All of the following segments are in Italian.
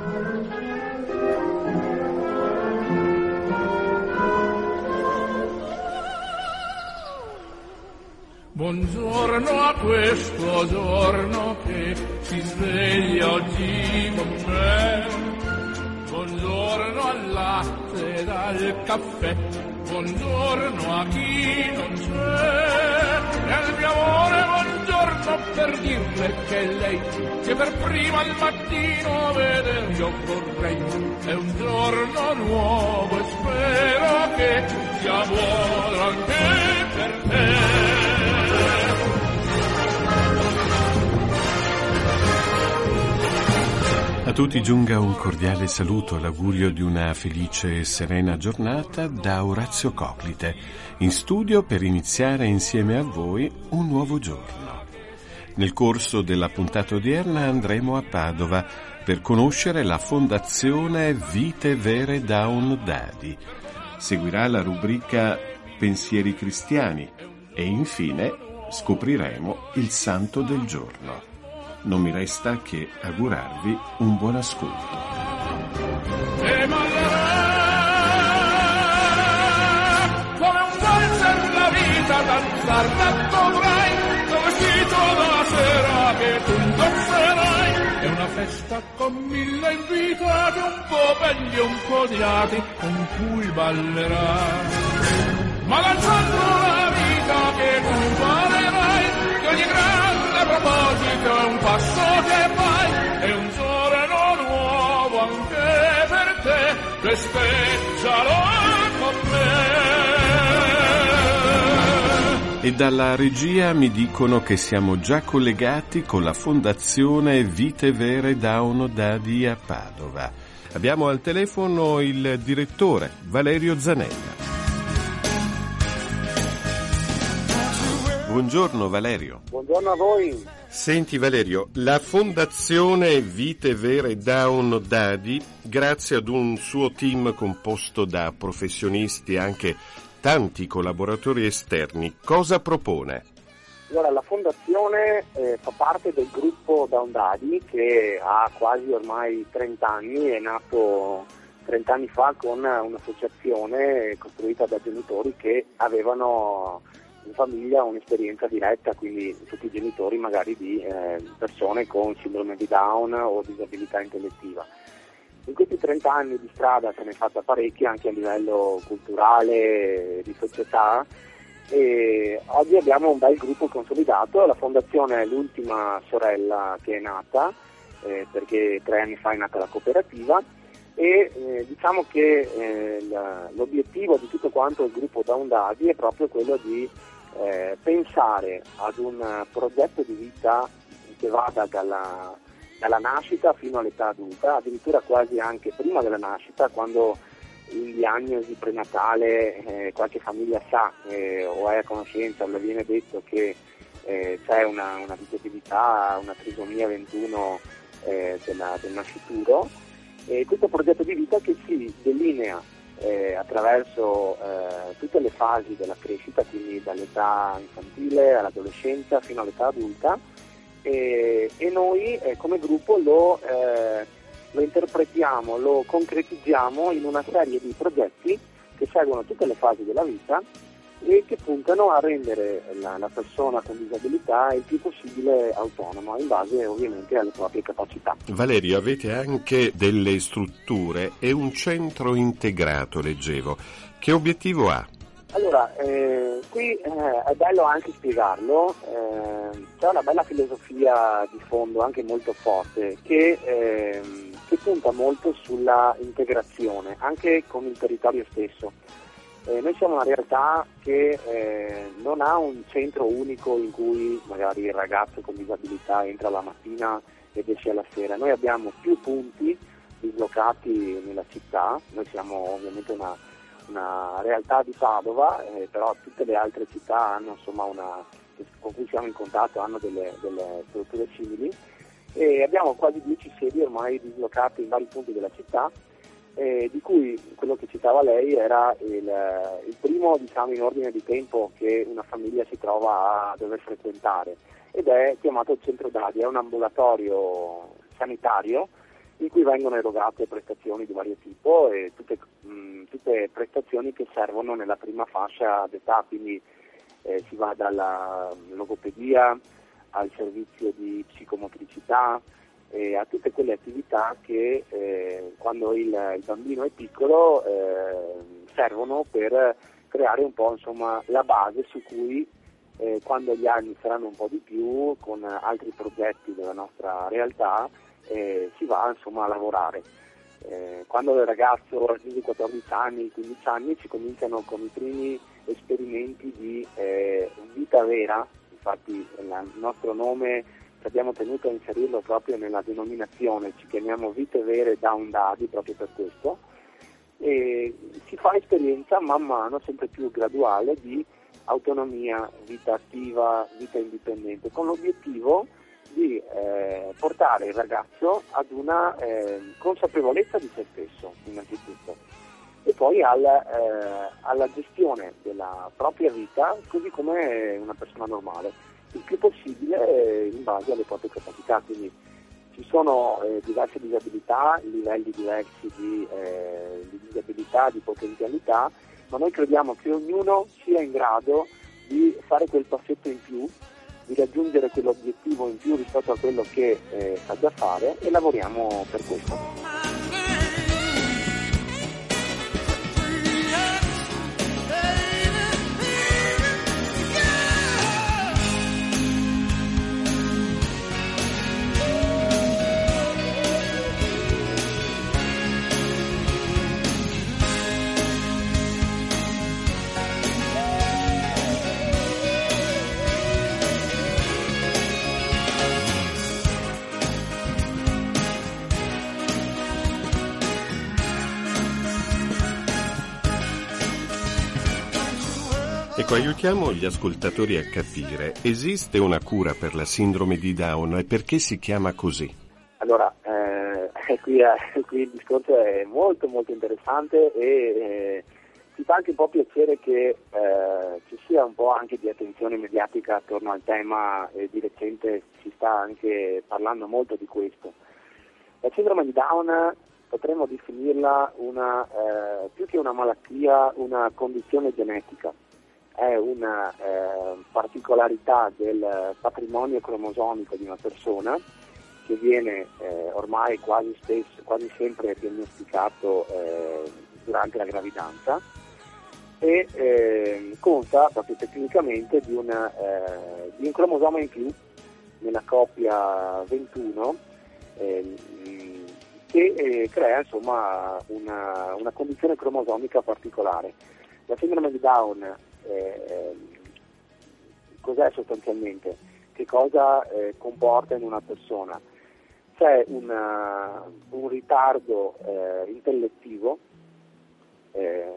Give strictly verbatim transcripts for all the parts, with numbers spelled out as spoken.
Buongiorno a questo giorno che si sveglia oggi con me. Buongiorno al latte e al caffè. Buongiorno a chi non c'è. E al mio amore buongiorno per dirle che lei, che per prima al mattino veder io vorrei. È un giorno nuovo e spero che sia buono anche per te. A tutti giunga un cordiale saluto e l'augurio di una felice e serena giornata da Orazio Coclite, in studio per iniziare insieme a voi un nuovo giorno. Nel corso della puntata odierna andremo a Padova per conoscere la Fondazione Vite Vere Down Dadi. Seguirà la rubrica Pensieri Cristiani e infine scopriremo il Santo del giorno. Non mi resta che augurarvi un buon ascolto. E come un valzer la vita danzarla dovrai, vestito da sera che tu indosserai. È una festa con mille invitati, un po' belli e un po' odiati, con cui ballerai. Ma lanciando la vita che tu imparerai, che ogni grande proposito è un passo che fai, è un giorno nuovo anche per te, festeggialo con me. E dalla regia mi dicono che siamo già collegati con la Fondazione Vite Vere Down Dadi a Padova. Abbiamo al telefono il direttore Valerio Zanella. Buongiorno Valerio. Buongiorno a voi. Senti Valerio, la Fondazione Vite Vere Down Dadi, grazie ad un suo team composto da professionisti e anche tanti collaboratori esterni, cosa propone? Allora, la Fondazione eh, fa parte del gruppo Down Dadi che ha quasi ormai trenta anni, è nato trenta anni fa con un'associazione costruita da genitori che avevano in famiglia un'esperienza diretta, quindi tutti i genitori magari di eh, persone con sindrome di Down o disabilità intellettiva. In questi trenta anni di strada se ne è fatta parecchia anche a livello culturale, di società, e oggi abbiamo un bel gruppo consolidato. La fondazione è l'ultima sorella che è nata, eh, perché tre anni fa è nata la cooperativa, e eh, diciamo che eh, l'obiettivo di tutto quanto il gruppo Down Dadi è proprio quello di Eh, pensare ad un progetto di vita che vada dalla, dalla nascita fino all'età adulta, addirittura quasi anche prima della nascita, quando in diagnosi prenatale eh, qualche famiglia sa eh, o è a conoscenza o le viene detto che eh, c'è una, una disabilità, una trisomia ventuno eh, della, del nascituro, e questo progetto di vita che si delinea Eh, attraverso eh, tutte le fasi della crescita, quindi dall'età infantile all'adolescenza fino all'età adulta, e, e noi eh, come gruppo lo, eh, lo interpretiamo, lo concretizziamo in una serie di progetti che seguono tutte le fasi della vita e che puntano a rendere la, la persona con disabilità il più possibile autonoma, in base ovviamente alle proprie capacità. Valerio, avete anche delle strutture e un centro integrato, leggevo. Che obiettivo ha? Allora, eh, qui eh, è bello anche spiegarlo, eh, c'è una bella filosofia di fondo anche molto forte che, eh, che punta molto sulla integrazione anche con il territorio stesso. Eh, noi siamo una realtà che eh, non ha un centro unico in cui magari il ragazzo con disabilità entra la mattina ed esce alla sera. Noi abbiamo più punti dislocati nella città, noi siamo ovviamente una, una realtà di Padova, eh, però tutte le altre città hanno, insomma, una, con cui siamo in contatto hanno delle, delle strutture simili, e abbiamo quasi dieci sedi ormai dislocate in vari punti della città. Eh, di cui quello che citava lei era il, il primo, diciamo, in ordine di tempo che una famiglia si trova a dover frequentare, ed è chiamato il Centro Dadi, è un ambulatorio sanitario in cui vengono erogate prestazioni di vario tipo e tutte, mh, tutte prestazioni che servono nella prima fascia d'età, quindi eh, si va dalla logopedia al servizio di psicomotricità e a tutte quelle attività che eh, quando il, il bambino è piccolo eh, servono per creare un po' insomma la base su cui eh, quando gli anni saranno un po' di più con altri progetti della nostra realtà eh, si va insomma a lavorare. Eh, quando il ragazzo raggiunge i quattordici anni, quindici anni si cominciano con i primi esperimenti di eh, vita vera, infatti il nostro nome abbiamo tenuto a inserirlo proprio nella denominazione, ci chiamiamo Vite Vere Down Daddy proprio per questo, e si fa esperienza man mano sempre più graduale di autonomia, vita attiva, vita indipendente, con l'obiettivo di eh, portare il ragazzo ad una eh, consapevolezza di se stesso innanzitutto e poi al, eh, alla gestione della propria vita così come una persona normale, il più possibile in base alle proprie capacità. Quindi ci sono eh, diverse disabilità, livelli diversi di, eh, di disabilità, di potenzialità, ma noi crediamo che ognuno sia in grado di fare quel passetto in più, di raggiungere quell'obiettivo in più rispetto a quello che eh, sa già fare e lavoriamo per questo. Ecco, aiutiamo gli ascoltatori a capire, esiste una cura per la sindrome di Down e perché si chiama così? Allora, eh, qui, eh, qui il discorso è molto molto interessante e eh, ci fa anche un po' piacere che eh, ci sia un po' anche di attenzione mediatica attorno al tema e di recente si sta anche parlando molto di questo. La sindrome di Down potremmo definirla una, eh, più che una malattia, una condizione genetica. È una eh, particolarità del patrimonio cromosomico di una persona che viene eh, ormai quasi spesso, quasi sempre diagnosticato eh, durante la gravidanza e eh, consta proprio tecnicamente di, una, eh, di un cromosoma in più nella coppia ventuno eh, che eh, crea insomma una, una condizione cromosomica particolare. La sindrome di Down Eh, cos'è sostanzialmente? Che cosa eh, comporta in una persona? C'è una, un ritardo eh, intellettivo eh,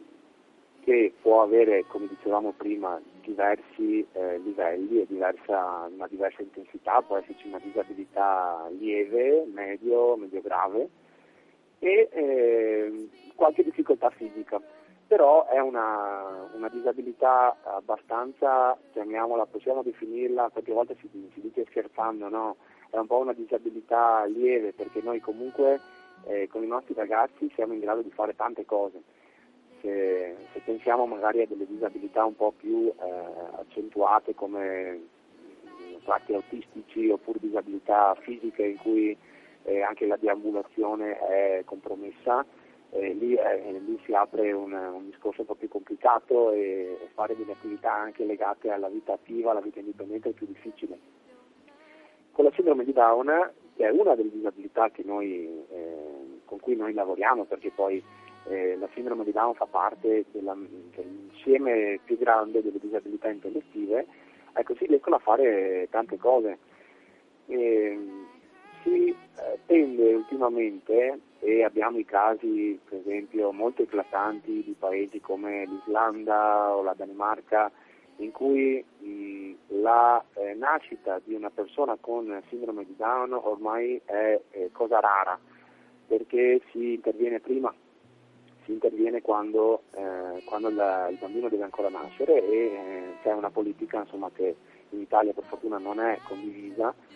che può avere, come dicevamo prima, diversi eh, livelli e diversa, una diversa intensità, può esserci una disabilità lieve, medio, medio grave e eh, qualche difficoltà fisica. Però è una, una disabilità abbastanza, chiamiamola, possiamo definirla, qualche volta si, si dice scherzando, no? È un po' una disabilità lieve perché noi comunque eh, con i nostri ragazzi siamo in grado di fare tante cose. Se, se pensiamo magari a delle disabilità un po' più eh, accentuate come tratti autistici oppure disabilità fisiche in cui eh, anche la deambulazione è compromessa, Eh, lì, eh, lì si apre un, un discorso un po' più complicato e, e fare delle attività anche legate alla vita attiva, alla vita indipendente è più difficile. Con la sindrome di Down, che è una delle disabilità che noi, eh, con cui noi lavoriamo, perché poi eh, la sindrome di Down fa parte della, dell'insieme più grande delle disabilità intellettive, ecco, si riescono a fare tante cose. E, si eh, tende ultimamente, e abbiamo i casi per esempio molto eclatanti di paesi come l'Islanda o la Danimarca in cui mh, la eh, nascita di una persona con sindrome di Down ormai è eh, cosa rara perché si interviene prima, si interviene quando, eh, quando la, il bambino deve ancora nascere e eh, c'è una politica insomma che in Italia per fortuna non è condivisa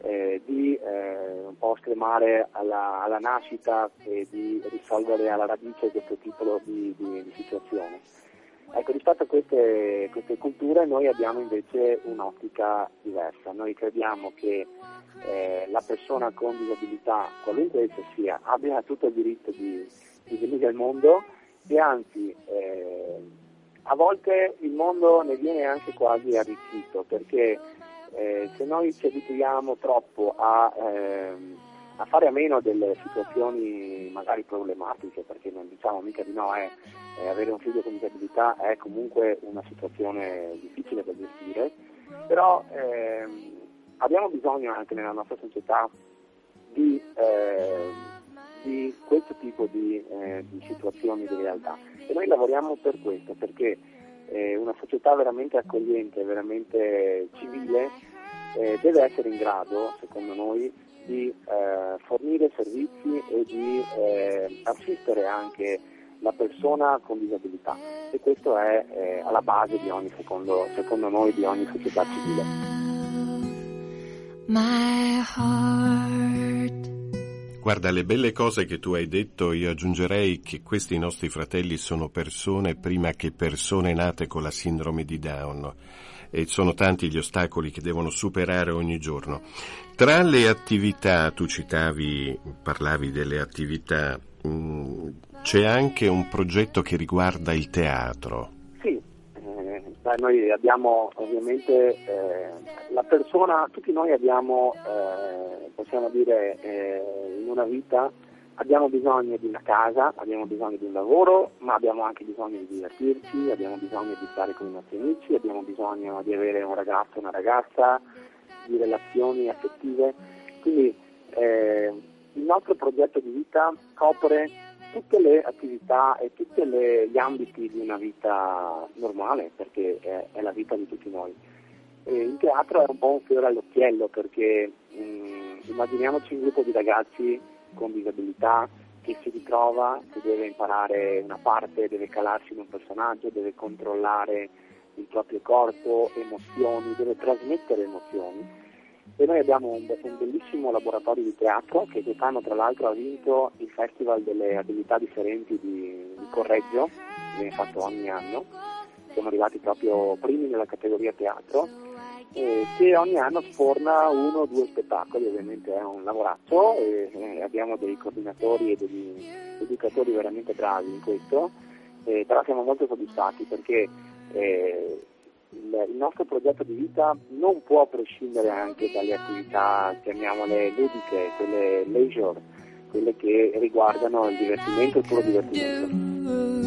eh, di eh, un po' scremare alla, alla nascita e di risolvere alla radice questo tipo di, di, di situazione. Ecco, rispetto a queste, queste culture noi abbiamo invece un'ottica diversa. Noi crediamo che eh, la persona con disabilità, qualunque essa sia, abbia tutto il diritto di, di venire al mondo e anzi eh, a volte il mondo ne viene anche quasi arricchito, perché eh, se noi ci abituiamo troppo a, eh, a fare a meno delle situazioni magari problematiche, perché non diciamo mica di no, eh, eh, avere un figlio con disabilità è comunque una situazione difficile da gestire, però eh, abbiamo bisogno anche nella nostra società di, eh, di questo tipo di, eh, di situazioni di realtà, e noi lavoriamo per questo, perché eh, una società veramente accogliente, veramente civile eh, deve essere in grado, secondo noi, di eh, fornire servizi e di eh, assistere anche la persona con disabilità, e questo è eh, alla base di ogni, secondo, secondo noi, di ogni società civile. My heart. Guarda, le belle cose che tu hai detto, io aggiungerei che questi nostri fratelli sono persone prima che persone nate con la sindrome di Down, e sono tanti gli ostacoli che devono superare ogni giorno. Tra le attività, tu citavi, parlavi delle attività, mh, c'è anche un progetto che riguarda il teatro. Sì, eh, beh, noi abbiamo ovviamente eh, la persona, tutti noi abbiamo, eh, possiamo dire, eh, in una vita abbiamo bisogno di una casa, abbiamo bisogno di un lavoro, ma abbiamo anche bisogno di divertirci, abbiamo bisogno di stare con i nostri amici, abbiamo bisogno di avere un ragazzo, una ragazza, di relazioni affettive. Quindi eh, il nostro progetto di vita copre tutte le attività e tutti gli ambiti di una vita normale, perché è, è la vita di tutti noi. E il teatro è un po' un fiore all'occhiello, perché mh, immaginiamoci un gruppo di ragazzi con disabilità che si ritrova, che deve imparare una parte, deve calarsi in un personaggio, deve controllare il proprio corpo, emozioni, deve trasmettere emozioni. E noi abbiamo un, un bellissimo laboratorio di teatro che quest'anno tra l'altro ha vinto il Festival delle abilità differenti di, di Correggio, che viene fatto ogni anno. Siamo arrivati proprio primi nella categoria teatro, eh, che ogni anno sforna uno o due spettacoli, ovviamente è un lavoraccio, e, e abbiamo dei coordinatori e degli educatori veramente bravi in questo, eh, però siamo molto soddisfatti perché eh, il, il nostro progetto di vita non può prescindere anche dalle attività, chiamiamole ludiche, quelle leisure, quelle che riguardano il divertimento, il puro divertimento.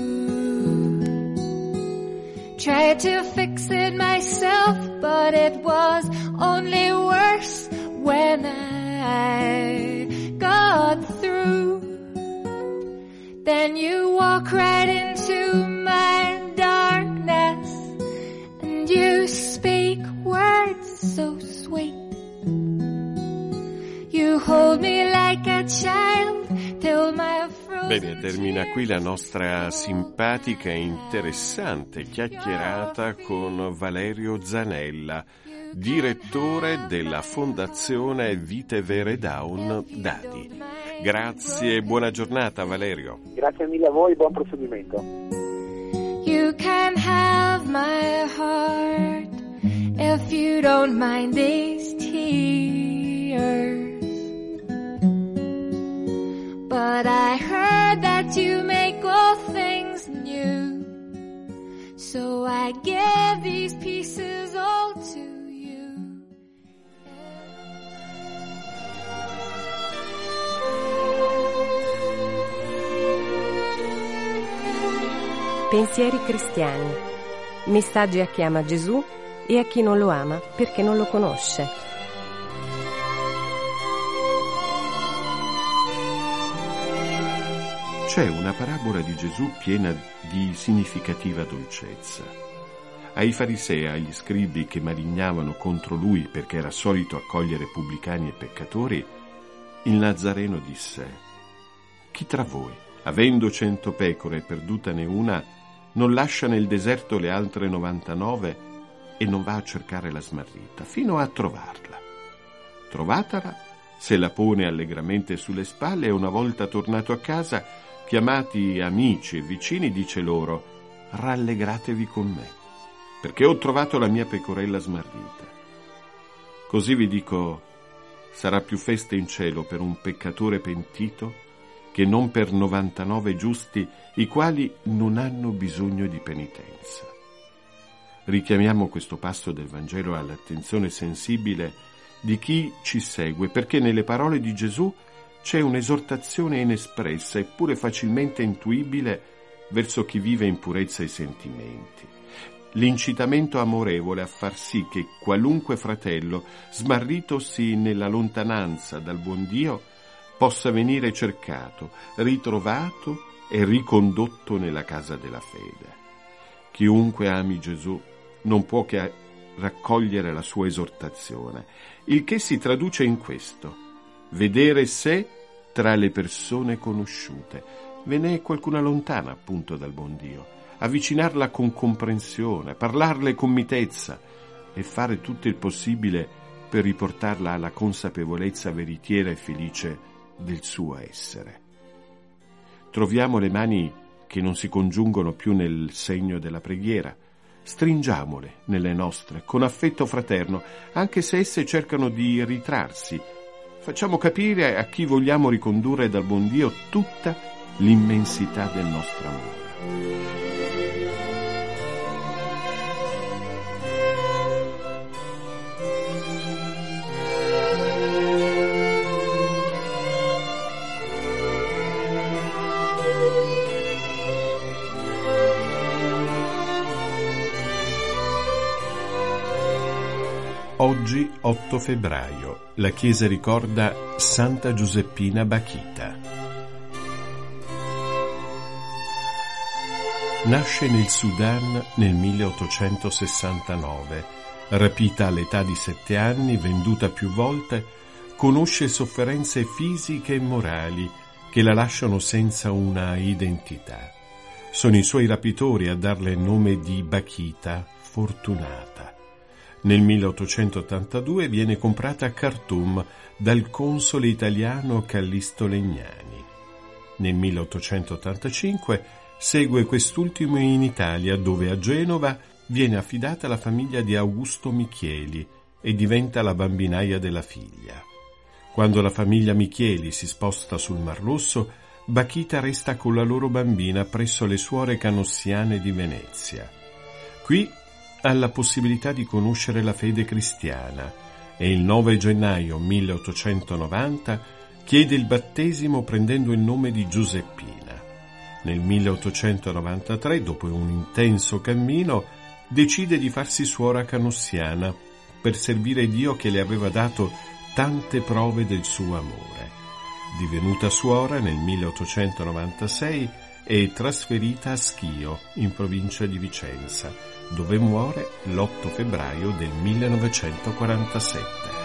Tried to fix it myself, but it was only worse when I got through. Then you walk right into my darkness, and you speak words so sweet. You hold me like a child till my Bene, termina qui la nostra simpatica e interessante chiacchierata con Valerio Zanella, direttore della Fondazione Vite Vere Down Dadi. Grazie e buona giornata, Valerio. Grazie mille a voi, buon proseguimento. You can have my heart if you don't mind these tears. But I heard that you make all things new, so I give these pieces all to you. Pensieri cristiani. Messaggi a chi ama Gesù e a chi non lo ama perché non lo conosce. C'è una parabola di Gesù piena di significativa dolcezza. Ai farisei e agli scribi che malignavano contro lui perché era solito accogliere pubblicani e peccatori, il Nazareno disse: chi tra voi, avendo cento pecore e perdutane una, non lascia nel deserto le altre novantanove e non va a cercare la smarrita fino a trovarla? Trovatela, se la pone allegramente sulle spalle e una volta tornato a casa, chiamati amici e vicini, dice loro: rallegratevi con me, perché ho trovato la mia pecorella smarrita. Così vi dico, sarà più festa in cielo per un peccatore pentito che non per novantanove giusti, i quali non hanno bisogno di penitenza. Richiamiamo questo passo del Vangelo all'attenzione sensibile di chi ci segue, perché nelle parole di Gesù c'è un'esortazione inespressa eppure facilmente intuibile verso chi vive in purezza i sentimenti. L'incitamento amorevole a far sì che qualunque fratello, smarritosi nella lontananza dal buon Dio, possa venire cercato, ritrovato e ricondotto nella casa della fede. Chiunque ami Gesù non può che raccogliere la sua esortazione, il che si traduce in questo: vedere sé tra le persone conosciute. Ve ne è qualcuna lontana appunto dal buon Dio, avvicinarla con comprensione, parlarle con mitezza e fare tutto il possibile per riportarla alla consapevolezza veritiera e felice del suo essere. Troviamo le mani che non si congiungono più nel segno della preghiera, stringiamole nelle nostre con affetto fraterno, anche se esse cercano di ritrarsi. Facciamo capire a chi vogliamo ricondurre dal buon Dio tutta l'immensità del nostro amore. Oggi, otto febbraio, la Chiesa ricorda Santa Giuseppina Bakhita. Nasce nel Sudan nel milleottocentosessantanove. Rapita all'età di sette anni, venduta più volte, conosce sofferenze fisiche e morali che la lasciano senza una identità. Sono i suoi rapitori a darle il nome di Bakhita, fortunata. Nel milleottocentottantadue viene comprata a Khartoum dal console italiano Callisto Legnani. Nel milleottocentottantacinque segue quest'ultimo in Italia, dove a Genova viene affidata alla famiglia di Augusto Michieli e diventa la bambinaia della figlia. Quando la famiglia Michieli si sposta sul Mar Rosso, Bakhita resta con la loro bambina presso le suore canossiane di Venezia. Qui ha la possibilità di conoscere la fede cristiana e il nove gennaio milleottocentonovanta chiede il battesimo prendendo il nome di Giuseppina. Nel milleottocentonovantatré, dopo un intenso cammino, decide di farsi suora canossiana per servire Dio che le aveva dato tante prove del suo amore. Divenuta suora nel milleottocentonovantasei è trasferita a Schio, in provincia di Vicenza, dove muore l'otto febbraio del millenovecentoquarantasette.